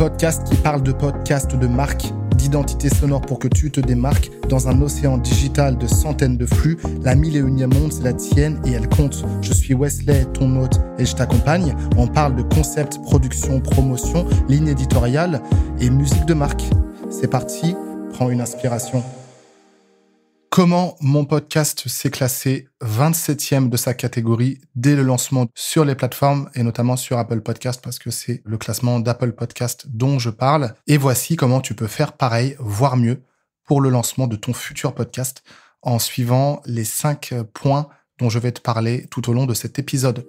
podcast qui parle de podcast, de marque, d'identité sonore pour que tu te démarques dans un océan digital de centaines de flux. La 1001e monde, c'est la tienne et elle compte. Je suis Wesley, ton hôte, et je t'accompagne. On parle de concept, production, promotion, ligne éditoriale et musique de marque. C'est parti, prends une inspiration. Comment mon podcast s'est classé 27e de sa catégorie dès le lancement sur les plateformes et notamment sur Apple Podcast parce que c'est le classement d'Apple Podcast dont je parle. Et voici comment tu peux faire pareil, voire mieux, pour le lancement de ton futur podcast en suivant les 5 points dont je vais te parler tout au long de cet épisode.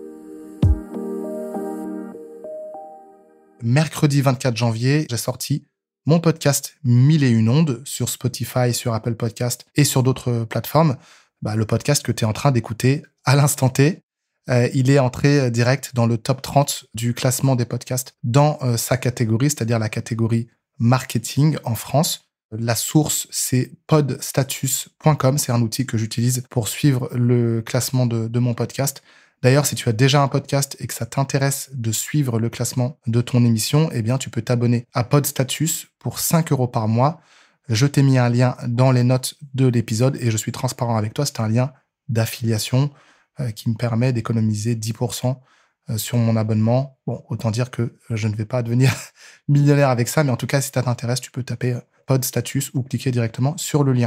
Mercredi 24 janvier, j'ai sorti mon podcast 1001 ondes sur Spotify, sur Apple Podcast et sur d'autres plateformes. Le podcast que tu es en train d'écouter à l'instant T, il est entré direct dans le top 30 du classement des podcasts dans sa catégorie, c'est-à-dire la catégorie marketing en France. La source, c'est podstatus.com. C'est un outil que j'utilise pour suivre le classement de mon podcast. D'ailleurs, si tu as déjà un podcast et que ça t'intéresse de suivre le classement de ton émission, eh bien, tu peux t'abonner à Podstatus pour 5 € par mois. Je t'ai mis un lien dans les notes de l'épisode et je suis transparent avec toi. C'est un lien d'affiliation qui me permet d'économiser 10% sur mon abonnement. Bon, autant dire que je ne vais pas devenir millionnaire avec ça, mais en tout cas, si ça t'intéresse, tu peux taper Podstatus ou cliquer directement sur le lien.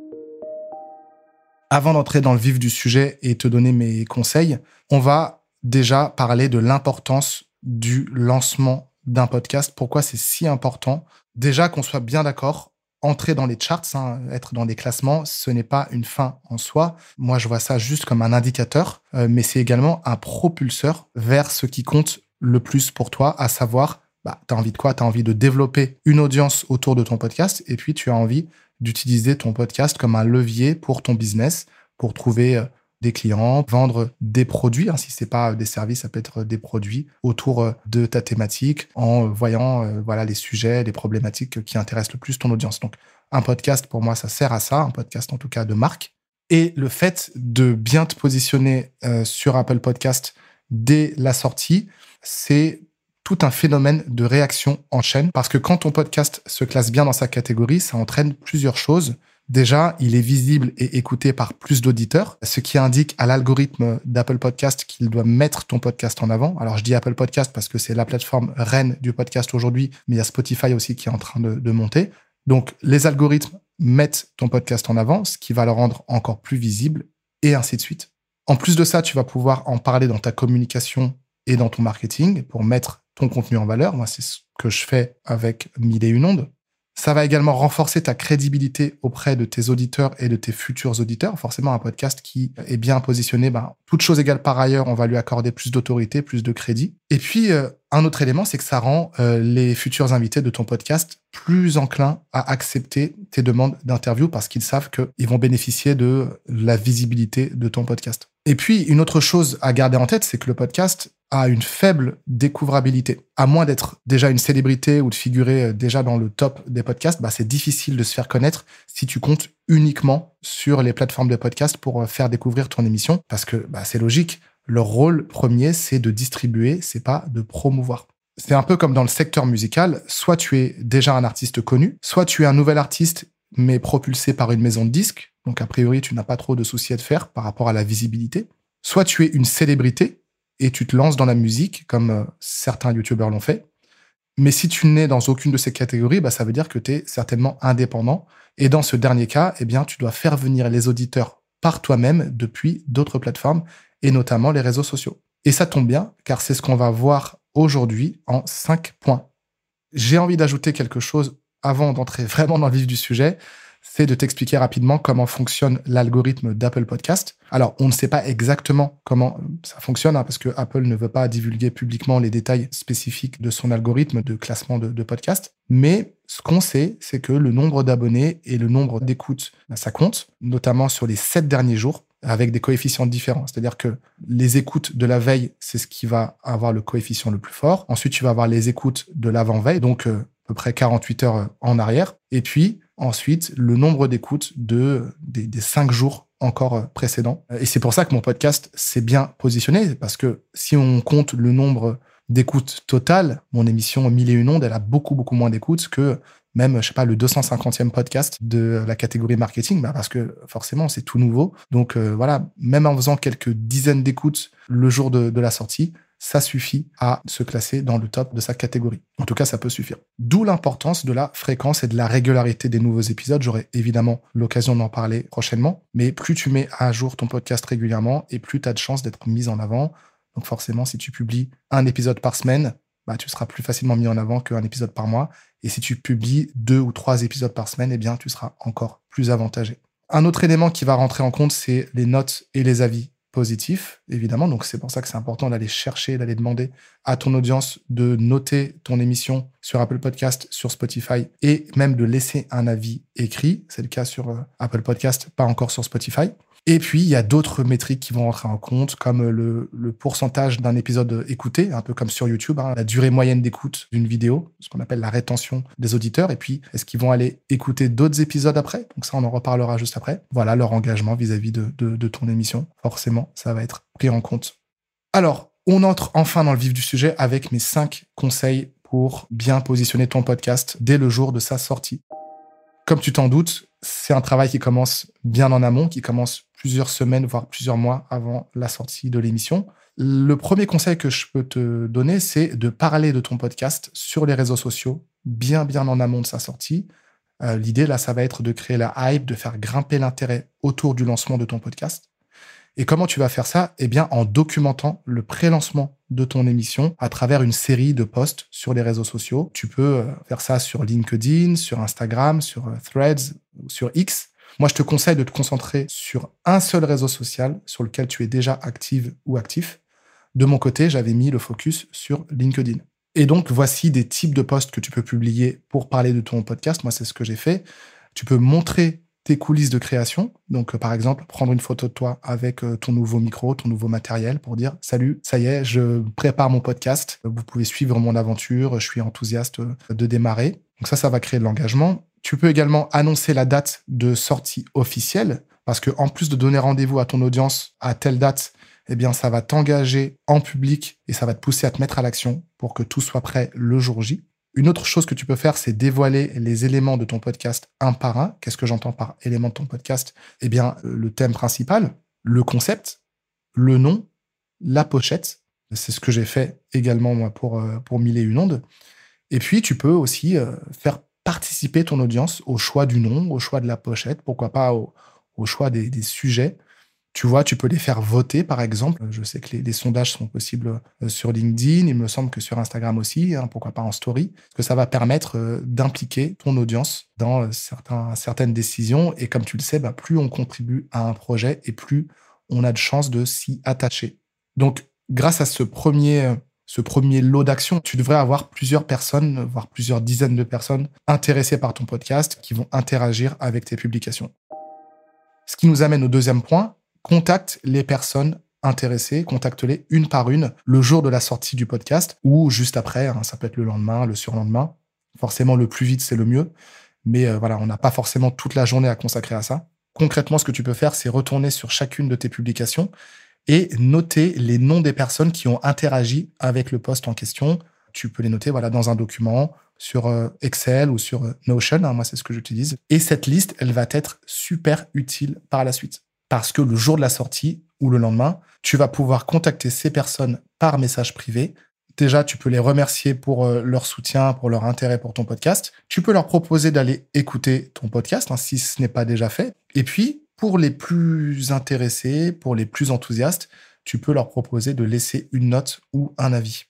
Avant d'entrer dans le vif du sujet et te donner mes conseils, on va déjà parler de l'importance du lancement d'un podcast. Pourquoi c'est si important ? Déjà, qu'on soit bien d'accord, entrer dans les charts, être dans les classements, ce n'est pas une fin en soi. Moi, je vois ça juste comme un indicateur, mais c'est également un propulseur vers ce qui compte le plus pour toi, à savoir, tu as envie de quoi ? Tu as envie de développer une audience autour de ton podcast et puis tu as envie d'utiliser ton podcast comme un levier pour ton business, pour trouver des clients, vendre des produits. Si c'est pas des services, ça peut être des produits autour de ta thématique en voyant les sujets, les problématiques qui intéressent le plus ton audience. Donc, un podcast, pour moi, ça sert à ça, un podcast en tout cas de marque. Et le fait de bien te positionner sur Apple Podcast dès la sortie, c'est tout un phénomène de réaction en chaîne parce que quand ton podcast se classe bien dans sa catégorie, ça entraîne plusieurs choses. Déjà, il est visible et écouté par plus d'auditeurs, ce qui indique à l'algorithme d'Apple Podcast qu'il doit mettre ton podcast en avant. Alors, je dis Apple Podcast parce que c'est la plateforme reine du podcast aujourd'hui, mais il y a Spotify aussi qui est en train de monter. Donc, les algorithmes mettent ton podcast en avant, ce qui va le rendre encore plus visible et ainsi de suite. En plus de ça, tu vas pouvoir en parler dans ta communication et dans ton marketing pour mettre ton contenu en valeur. Moi, c'est ce que je fais avec 1001 ondes. Ça va également renforcer ta crédibilité auprès de tes auditeurs et de tes futurs auditeurs. Forcément, un podcast qui est bien positionné, toute chose égale par ailleurs, on va lui accorder plus d'autorité, plus de crédit. Et puis, un autre élément, c'est que ça rend les futurs invités de ton podcast plus enclins à accepter tes demandes d'interview parce qu'ils savent qu'ils vont bénéficier de la visibilité de ton podcast. Et puis, une autre chose à garder en tête, c'est que le podcast a une faible découvrabilité. À moins d'être déjà une célébrité ou de figurer déjà dans le top des podcasts, c'est difficile de se faire connaître si tu comptes uniquement sur les plateformes de podcast pour faire découvrir ton émission. Parce que c'est logique, leur rôle premier, c'est de distribuer, c'est pas de promouvoir. C'est un peu comme dans le secteur musical, soit tu es déjà un artiste connu, soit tu es un nouvel artiste mais propulsé par une maison de disques, donc a priori tu n'as pas trop de soucis à te faire par rapport à la visibilité, soit tu es une célébrité, et tu te lances dans la musique, comme certains youtubeurs l'ont fait. Mais si tu n'es dans aucune de ces catégories, ça veut dire que tu es certainement indépendant. Et dans ce dernier cas, tu dois faire venir les auditeurs par toi-même depuis d'autres plateformes, et notamment les réseaux sociaux. Et ça tombe bien, car c'est ce qu'on va voir aujourd'hui en 5 points. J'ai envie d'ajouter quelque chose avant d'entrer vraiment dans le vif du sujet, c'est de t'expliquer rapidement comment fonctionne l'algorithme d'Apple Podcast. Alors, on ne sait pas exactement comment ça fonctionne, parce que Apple ne veut pas divulguer publiquement les détails spécifiques de son algorithme de classement de podcast. Mais ce qu'on sait, c'est que le nombre d'abonnés et le nombre d'écoutes, ça compte, notamment sur les 7 derniers jours, avec des coefficients différents. C'est-à-dire que les écoutes de la veille, c'est ce qui va avoir le coefficient le plus fort. Ensuite, tu vas avoir les écoutes de l'avant-veille, donc à peu près 48 heures en arrière. Et puis, ensuite, le nombre d'écoutes des 5 jours encore précédents. Et c'est pour ça que mon podcast s'est bien positionné, parce que si on compte le nombre d'écoute totale, mon émission 1001 ondes, elle a beaucoup, beaucoup moins d'écoutes que même, je sais pas, le 250e podcast de la catégorie marketing, parce que forcément, c'est tout nouveau. Donc voilà, même en faisant quelques dizaines d'écoutes le jour de la sortie, ça suffit à se classer dans le top de sa catégorie. En tout cas, ça peut suffire. D'où l'importance de la fréquence et de la régularité des nouveaux épisodes. J'aurai évidemment l'occasion d'en parler prochainement. Mais plus tu mets à jour ton podcast régulièrement et plus tu as de chances d'être mis en avant. Donc forcément, si tu publies un épisode par semaine, tu seras plus facilement mis en avant qu'un épisode par mois. Et si tu publies 2 ou 3 épisodes par semaine, eh bien, tu seras encore plus avantagé. Un autre élément qui va rentrer en compte, c'est les notes et les avis positifs, évidemment. Donc, c'est pour ça que c'est important d'aller chercher, d'aller demander à ton audience de noter ton émission sur Apple Podcast, sur Spotify et même de laisser un avis écrit. C'est le cas sur Apple Podcast, pas encore sur Spotify. Et puis, il y a d'autres métriques qui vont rentrer en compte, comme le pourcentage d'un épisode écouté, un peu comme sur YouTube, la durée moyenne d'écoute d'une vidéo, ce qu'on appelle la rétention des auditeurs. Et puis, est-ce qu'ils vont aller écouter d'autres épisodes après? Donc ça, on en reparlera juste après. Voilà, leur engagement vis-à-vis de ton émission. Forcément, ça va être pris en compte. Alors, on entre enfin dans le vif du sujet avec mes 5 conseils pour bien positionner ton podcast dès le jour de sa sortie. Comme tu t'en doutes, c'est un travail qui commence bien en amont, qui commence plusieurs semaines, voire plusieurs mois avant la sortie de l'émission. Le premier conseil que je peux te donner, c'est de parler de ton podcast sur les réseaux sociaux, bien en amont de sa sortie. L'idée, là, ça va être de créer la hype, de faire grimper l'intérêt autour du lancement de ton podcast. Et comment tu vas faire ça? Eh bien, en documentant le pré-lancement de ton émission à travers une série de posts sur les réseaux sociaux. Tu peux faire ça sur LinkedIn, sur Instagram, sur Threads, sur X. Moi, je te conseille de te concentrer sur un seul réseau social sur lequel tu es déjà active ou actif. De mon côté, j'avais mis le focus sur LinkedIn. Et donc, voici des types de posts que tu peux publier pour parler de ton podcast. Moi, c'est ce que j'ai fait. Tu peux montrer tes coulisses de création. Donc, par exemple, prendre une photo de toi avec ton nouveau micro, ton nouveau matériel pour dire « Salut, ça y est, je prépare mon podcast. Vous pouvez suivre mon aventure. Je suis enthousiaste de démarrer. » Donc ça va créer de l'engagement. Tu peux également annoncer la date de sortie officielle parce que en plus de donner rendez-vous à ton audience à telle date, eh bien, ça va t'engager en public et ça va te pousser à te mettre à l'action pour que tout soit prêt le jour J. Une autre chose que tu peux faire, c'est dévoiler les éléments de ton podcast un par un. Qu'est-ce que j'entends par éléments de ton podcast? Eh bien, le thème principal, le concept, le nom, la pochette. C'est ce que j'ai fait également, moi, pour 1001 ondes. Et puis, tu peux aussi faire participer ton audience au choix du nom, au choix de la pochette, pourquoi pas au choix des sujets. Tu vois, tu peux les faire voter, par exemple. Je sais que les sondages sont possibles sur LinkedIn. Il me semble que sur Instagram aussi, pourquoi pas en story. Parce que ça va permettre d'impliquer ton audience dans certaines décisions. Et comme tu le sais, plus on contribue à un projet et plus on a de chances de s'y attacher. Donc, grâce à ce premier lot d'actions, tu devrais avoir plusieurs personnes, voire plusieurs dizaines de personnes intéressées par ton podcast qui vont interagir avec tes publications. Ce qui nous amène au deuxième point. Contacte les personnes intéressées, contacte-les une par une le jour de la sortie du podcast ou juste après, ça peut être le lendemain, le surlendemain. Forcément, le plus vite, c'est le mieux. Mais voilà, on n'a pas forcément toute la journée à consacrer à ça. Concrètement, ce que tu peux faire, c'est retourner sur chacune de tes publications et noter les noms des personnes qui ont interagi avec le post en question. Tu peux les noter dans un document, sur Excel ou sur Notion. Moi, c'est ce que j'utilise. Et cette liste, elle va être super utile par la suite. Parce que le jour de la sortie ou le lendemain, tu vas pouvoir contacter ces personnes par message privé. Déjà, tu peux les remercier pour leur soutien, pour leur intérêt pour ton podcast. Tu peux leur proposer d'aller écouter ton podcast, si ce n'est pas déjà fait. Et puis, pour les plus intéressés, pour les plus enthousiastes, tu peux leur proposer de laisser une note ou un avis.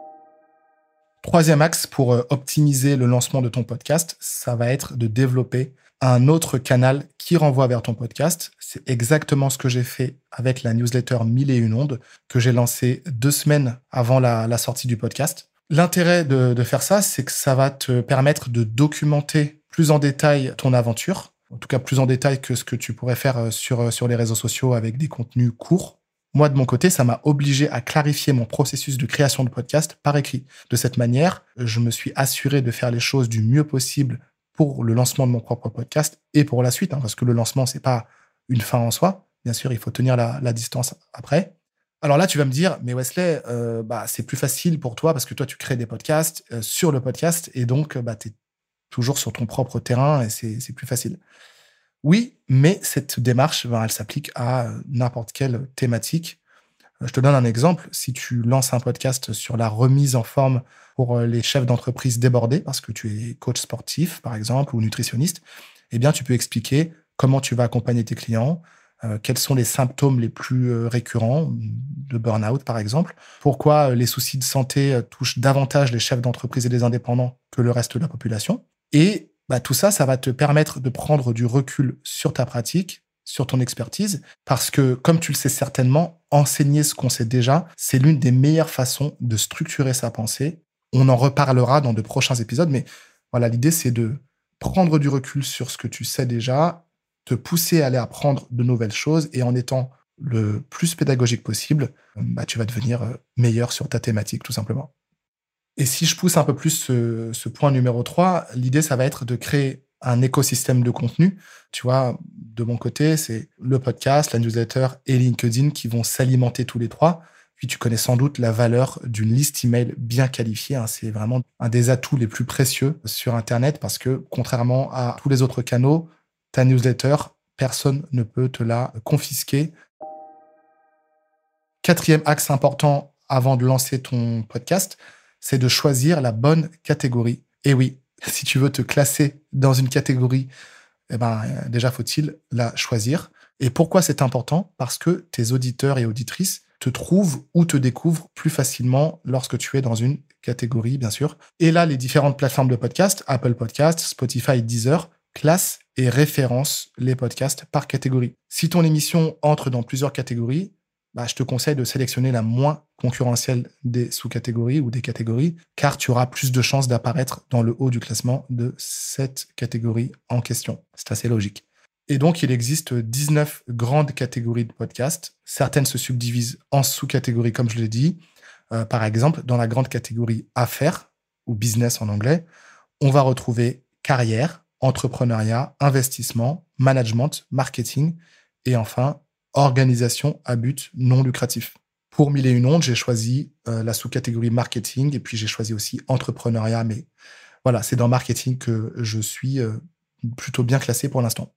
Troisième axe pour optimiser le lancement de ton podcast, ça va être de développer un autre canal qui renvoie vers ton podcast. C'est exactement ce que j'ai fait avec la newsletter 1001 ondes que j'ai lancée 2 semaines avant la sortie du podcast. L'intérêt de faire ça, c'est que ça va te permettre de documenter plus en détail ton aventure, en tout cas plus en détail que ce que tu pourrais faire sur les réseaux sociaux avec des contenus courts. Moi, de mon côté, ça m'a obligé à clarifier mon processus de création de podcast par écrit. De cette manière, je me suis assuré de faire les choses du mieux possible pour le lancement de mon propre podcast et pour la suite, parce que le lancement, c'est pas une fin en soi. Bien sûr, il faut tenir la distance après. Alors là, tu vas me dire, mais Wesley, c'est plus facile pour toi parce que toi, tu crées des podcasts sur le podcast et donc tu es toujours sur ton propre terrain et c'est plus facile. Oui, mais cette démarche, elle s'applique à n'importe quelle thématique. Je te donne un exemple. Si tu lances un podcast sur la remise en forme pour les chefs d'entreprise débordés, parce que tu es coach sportif, par exemple, ou nutritionniste, eh bien, tu peux expliquer comment tu vas accompagner tes clients, quels sont les symptômes les plus récurrents de burn-out, par exemple, pourquoi les soucis de santé touchent davantage les chefs d'entreprise et les indépendants que le reste de la population. Et tout ça, ça va te permettre de prendre du recul sur ta pratique, sur ton expertise, parce que, comme tu le sais certainement, enseigner ce qu'on sait déjà, c'est l'une des meilleures façons de structurer sa pensée. On en reparlera dans de prochains épisodes, mais voilà, l'idée, c'est de prendre du recul sur ce que tu sais déjà, te pousser à aller apprendre de nouvelles choses, et en étant le plus pédagogique possible, tu vas devenir meilleur sur ta thématique, tout simplement. Et si je pousse un peu plus ce point numéro 3, l'idée, ça va être de créer un écosystème de contenu. Tu vois, de mon côté, c'est le podcast, la newsletter et LinkedIn qui vont s'alimenter tous les trois. Puis tu connais sans doute la valeur d'une liste email bien qualifiée. C'est vraiment un des atouts les plus précieux sur Internet parce que, contrairement à tous les autres canaux, ta newsletter, personne ne peut te la confisquer. 4e axe important avant de lancer ton podcast, c'est de choisir la bonne catégorie. Et oui, si tu veux te classer dans une catégorie, déjà faut-il la choisir. Et pourquoi c'est important? Parce que tes auditeurs et auditrices te trouvent ou te découvrent plus facilement lorsque tu es dans une catégorie, bien sûr. Et là, les différentes plateformes de podcast, Apple Podcasts, Spotify, Deezer, classent et référencent les podcasts par catégorie. Si ton émission entre dans plusieurs catégories, je te conseille de sélectionner la moins concurrentielle des sous-catégories ou des catégories, car tu auras plus de chances d'apparaître dans le haut du classement de cette catégorie en question. C'est assez logique. Et donc, il existe 19 grandes catégories de podcasts. Certaines se subdivisent en sous-catégories, comme je l'ai dit. Par exemple, dans la grande catégorie affaires, ou business en anglais, on va retrouver carrière, entrepreneuriat, investissement, management, marketing et enfin, organisation à but non lucratif. Pour 1001 ondes, j'ai choisi la sous-catégorie marketing et puis j'ai choisi aussi entrepreneuriat. Mais voilà, c'est dans marketing que je suis plutôt bien classé pour l'instant.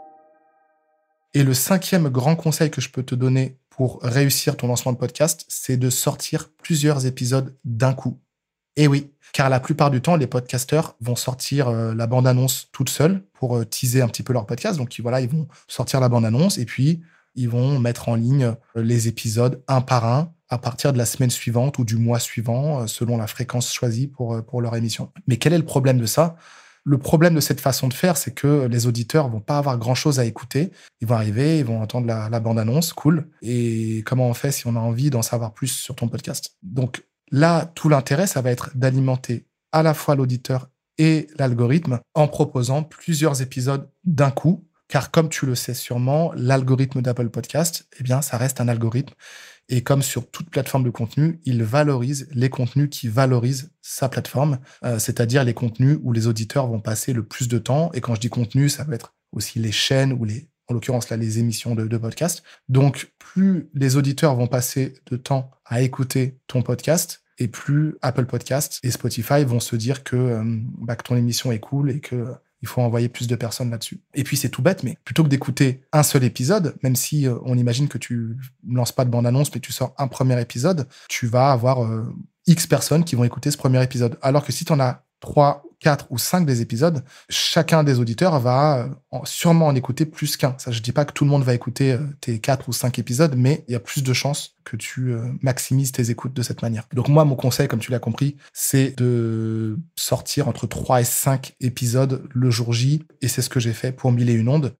Et le 5e grand conseil que je peux te donner pour réussir ton lancement de podcast, c'est de sortir plusieurs épisodes d'un coup. Et oui, car la plupart du temps, les podcasteurs vont sortir la bande-annonce toute seule pour teaser un petit peu leur podcast. Donc voilà, ils vont sortir la bande-annonce et puis ils vont mettre en ligne les épisodes un par un à partir de la semaine suivante ou du mois suivant, selon la fréquence choisie pour leur émission. Mais quel est le problème de ça? Le problème de cette façon de faire, c'est que les auditeurs vont pas avoir grand-chose à écouter. Ils vont arriver, ils vont entendre la bande-annonce, cool. Et comment on fait si on a envie d'en savoir plus sur ton podcast? Donc là, tout l'intérêt, ça va être d'alimenter à la fois l'auditeur et l'algorithme en proposant plusieurs épisodes d'un coup. Car comme tu le sais sûrement, l'algorithme d'Apple Podcast, ça reste un algorithme. Et comme sur toute plateforme de contenu, il valorise les contenus qui valorisent sa plateforme, c'est-à-dire les contenus où les auditeurs vont passer le plus de temps. Et quand je dis contenu, ça peut être aussi les chaînes ou en l'occurrence là, les émissions de podcast. Donc, plus les auditeurs vont passer de temps à écouter ton podcast, et plus Apple Podcast et Spotify vont se dire que ton émission est cool et que il faut envoyer plus de personnes là-dessus. Et puis, c'est tout bête, mais plutôt que d'écouter un seul épisode, même si on imagine que tu lances pas de bande-annonce, mais tu sors un premier épisode, tu vas avoir X personnes qui vont écouter ce premier épisode. Alors que si tu en as 3, 4 ou 5 des épisodes, chacun des auditeurs va sûrement en écouter plus qu'un. Ça, je dis pas que tout le monde va écouter tes 4 ou 5 épisodes, mais il y a plus de chances que tu maximises tes écoutes de cette manière. Donc moi, mon conseil, comme tu l'as compris, c'est de sortir entre 3 et 5 épisodes le jour J, et c'est ce que j'ai fait pour 1001 ondes.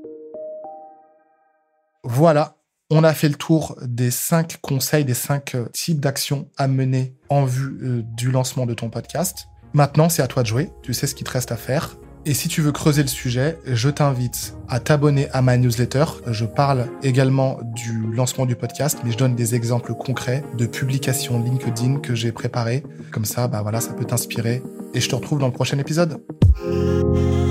Voilà, on a fait le tour des 5 conseils, des 5 types d'actions à mener en vue du lancement de ton podcast. Maintenant, c'est à toi de jouer. Tu sais ce qu'il te reste à faire. Et si tu veux creuser le sujet, je t'invite à t'abonner à ma newsletter. Je parle également du lancement du podcast, mais je donne des exemples concrets de publications LinkedIn que j'ai préparées. Comme ça, ça peut t'inspirer. Et je te retrouve dans le prochain épisode.